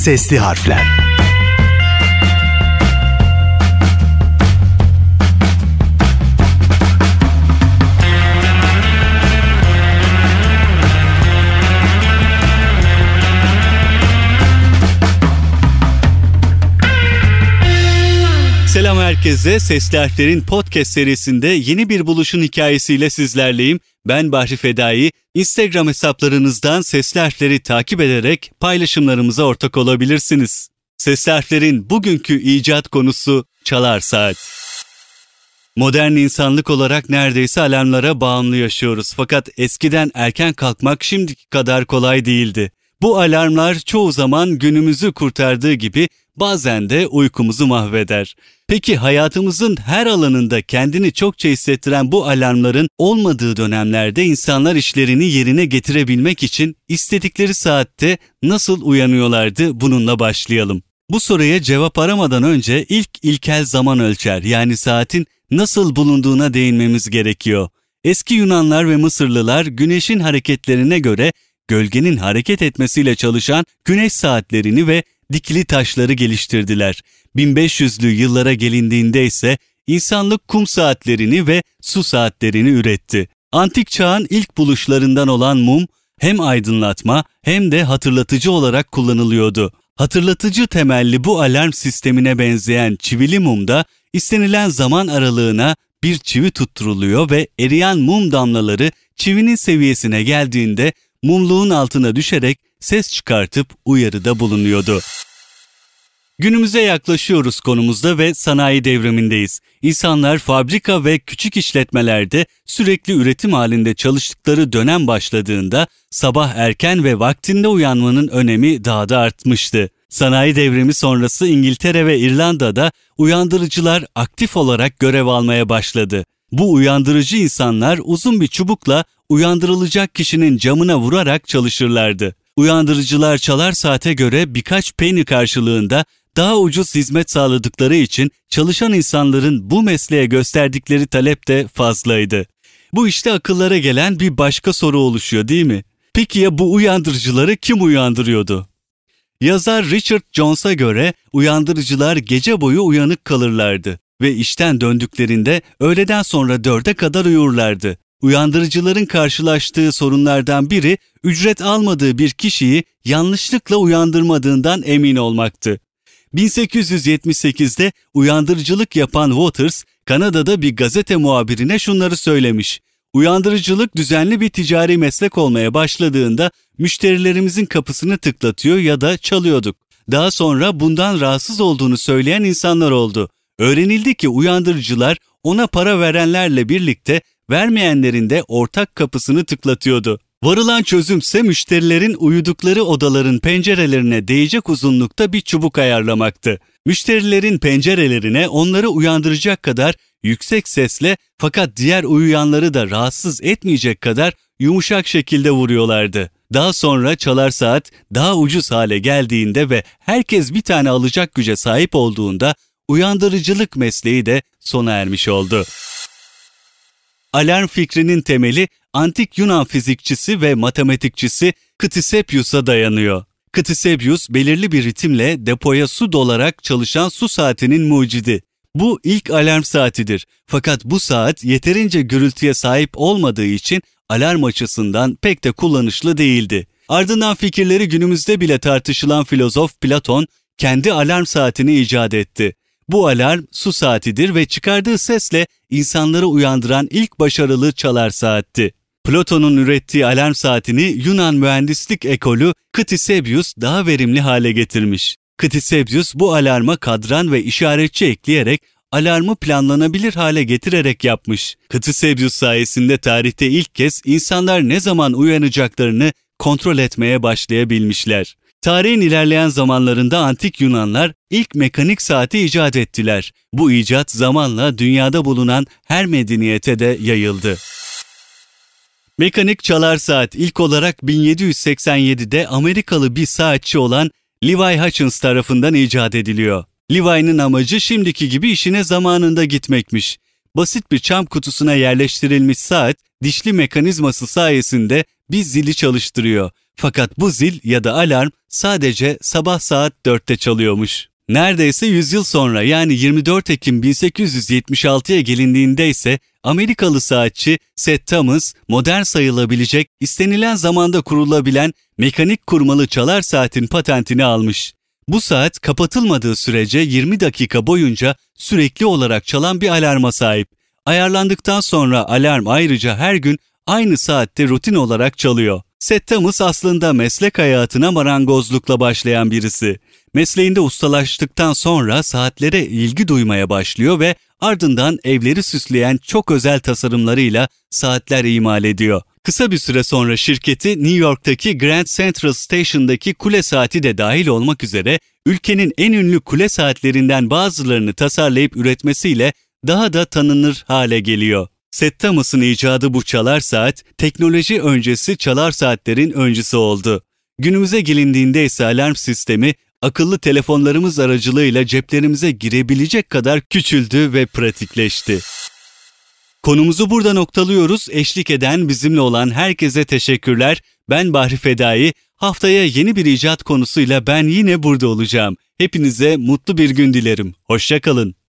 Sesli Harfler. Selam herkese. Sesli Harfler'in podcast serisinde yeni bir buluşun hikayesiyle sizlerleyim. Ben Bahri Fedai. Instagram hesaplarınızdan Sesli Harfler'i takip ederek paylaşımlarımıza ortak olabilirsiniz. Sesli Harfler'in bugünkü icat konusu çalar saat. Modern insanlık olarak neredeyse alarmlara bağımlı yaşıyoruz. Fakat eskiden erken kalkmak şimdiki kadar kolay değildi. Bu alarmlar çoğu zaman günümüzü kurtardığı gibi bazen de uykumuzu mahveder. Peki hayatımızın her alanında kendini çokça hissettiren bu alarmların olmadığı dönemlerde insanlar işlerini yerine getirebilmek için istedikleri saatte nasıl uyanıyorlardı? Bununla başlayalım. Bu soruya cevap aramadan önce ilk ilkel zaman ölçer yani saatin nasıl bulunduğuna değinmemiz gerekiyor. Eski Yunanlar ve Mısırlılar güneşin hareketlerine göre gölgenin hareket etmesiyle çalışan güneş saatlerini ve dikili taşları geliştirdiler. 1500'lü yıllara gelindiğinde ise insanlık kum saatlerini ve su saatlerini üretti. Antik çağın ilk buluşlarından olan mum hem aydınlatma hem de hatırlatıcı olarak kullanılıyordu. Hatırlatıcı temelli bu alarm sistemine benzeyen çivili mumda istenilen zaman aralığına bir çivi tutturuluyor ve eriyen mum damlaları çivinin seviyesine geldiğinde mumluğun altına düşerek ses çıkartıp uyarıda bulunuyordu. Günümüze yaklaşıyoruz konumuzda ve sanayi devrimindeyiz. İnsanlar fabrika ve küçük işletmelerde sürekli üretim halinde çalıştıkları dönem başladığında sabah erken ve vaktinde uyanmanın önemi daha da artmıştı. Sanayi devrimi sonrası İngiltere ve İrlanda'da uyandırıcılar aktif olarak görev almaya başladı. Bu uyandırıcı insanlar uzun bir çubukla uyandırılacak kişinin camına vurarak çalışırlardı. Uyandırıcılar çalar saate göre birkaç penny karşılığında daha ucuz hizmet sağladıkları için çalışan insanların bu mesleğe gösterdikleri talep de fazlaydı. Bu işte akıllara gelen bir başka soru oluşuyor değil mi? Peki ya bu uyandırıcıları kim uyandırıyordu? Yazar Richard Jones'a göre uyandırıcılar gece boyu uyanık kalırlardı ve işten döndüklerinde öğleden sonra 4'e kadar uyurlardı. Uyandırıcıların karşılaştığı sorunlardan biri ücret almadığı bir kişiyi yanlışlıkla uyandırmadığından emin olmaktı. 1878'de uyandırıcılık yapan Waters, Kanada'da bir gazete muhabirine şunları söylemiş. Uyandırıcılık düzenli bir ticari meslek olmaya başladığında müşterilerimizin kapısını tıklatıyor ya da çalıyorduk. Daha sonra bundan rahatsız olduğunu söyleyen insanlar oldu. Öğrenildi ki uyandırıcılar ona para verenlerle birlikte vermeyenlerin de ortak kapısını tıklatıyordu. Varılan çözümse müşterilerin uyudukları odaların pencerelerine değecek uzunlukta bir çubuk ayarlamaktı. Müşterilerin pencerelerine onları uyandıracak kadar yüksek sesle fakat diğer uyuyanları da rahatsız etmeyecek kadar yumuşak şekilde vuruyorlardı. Daha sonra çalar saat daha ucuz hale geldiğinde ve herkes bir tane alacak güce sahip olduğunda uyandırıcılık mesleği de sona ermiş oldu. Alarm fikrinin temeli antik Yunan fizikçisi ve matematikçisi Ktisepius'a dayanıyor. Ktisepius belirli bir ritimle depoya su dolarak çalışan su saatinin mucidi. Bu ilk alarm saatidir. Fakat bu saat yeterince gürültüye sahip olmadığı için alarm açısından pek de kullanışlı değildi. Ardından fikirleri günümüzde bile tartışılan filozof Platon kendi alarm saatini icat etti. Bu alarm su saatidir ve çıkardığı sesle insanları uyandıran ilk başarılı çalar saatti. Platon'un ürettiği alarm saatini Yunan mühendislik ekolü Ktisepius daha verimli hale getirmiş. Ktisepius bu alarma kadran ve işaretçi ekleyerek alarmı planlanabilir hale getirerek yapmış. Ktisepius sayesinde tarihte ilk kez insanlar ne zaman uyanacaklarını kontrol etmeye başlayabilmişler. Tarihin ilerleyen zamanlarında antik Yunanlar ilk mekanik saati icat ettiler. Bu icat zamanla dünyada bulunan her medeniyete de yayıldı. Mekanik çalar saat ilk olarak 1787'de Amerikalı bir saatçi olan Levi Hutchins tarafından icat ediliyor. Levi'nin amacı şimdiki gibi işine zamanında gitmekmiş. Basit bir çam kutusuna yerleştirilmiş saat, dişli mekanizması sayesinde bir zili çalıştırıyor. Fakat bu zil ya da alarm sadece sabah saat 4'te çalıyormuş. Neredeyse 100 yıl sonra yani 24 Ekim 1876'ya gelindiğinde ise Amerikalı saatçi Seth Thomas modern sayılabilecek, istenilen zamanda kurulabilen mekanik kurmalı çalar saatin patentini almış. Bu saat kapatılmadığı sürece 20 dakika boyunca sürekli olarak çalan bir alarma sahip. Ayarlandıktan sonra alarm ayrıca her gün aynı saatte rutin olarak çalıyor. Seth Thomas aslında meslek hayatına marangozlukla başlayan birisi. Mesleğinde ustalaştıktan sonra saatlere ilgi duymaya başlıyor ve ardından evleri süsleyen çok özel tasarımlarıyla saatler imal ediyor. Kısa bir süre sonra şirketi New York'taki Grand Central Station'daki kule saati de dahil olmak üzere ülkenin en ünlü kule saatlerinden bazılarını tasarlayıp üretmesiyle daha da tanınır hale geliyor. Seth Thomas'ın icadı bu çalar saat, teknoloji öncesi çalar saatlerin öncüsü oldu. Günümüze gelindiğinde ise alarm sistemi, akıllı telefonlarımız aracılığıyla ceplerimize girebilecek kadar küçüldü ve pratikleşti. Konumuzu burada noktalıyoruz. Eşlik eden, bizimle olan herkese teşekkürler. Ben Bahri Fedai. Haftaya yeni bir icat konusuyla ben yine burada olacağım. Hepinize mutlu bir gün dilerim. Hoşça kalın.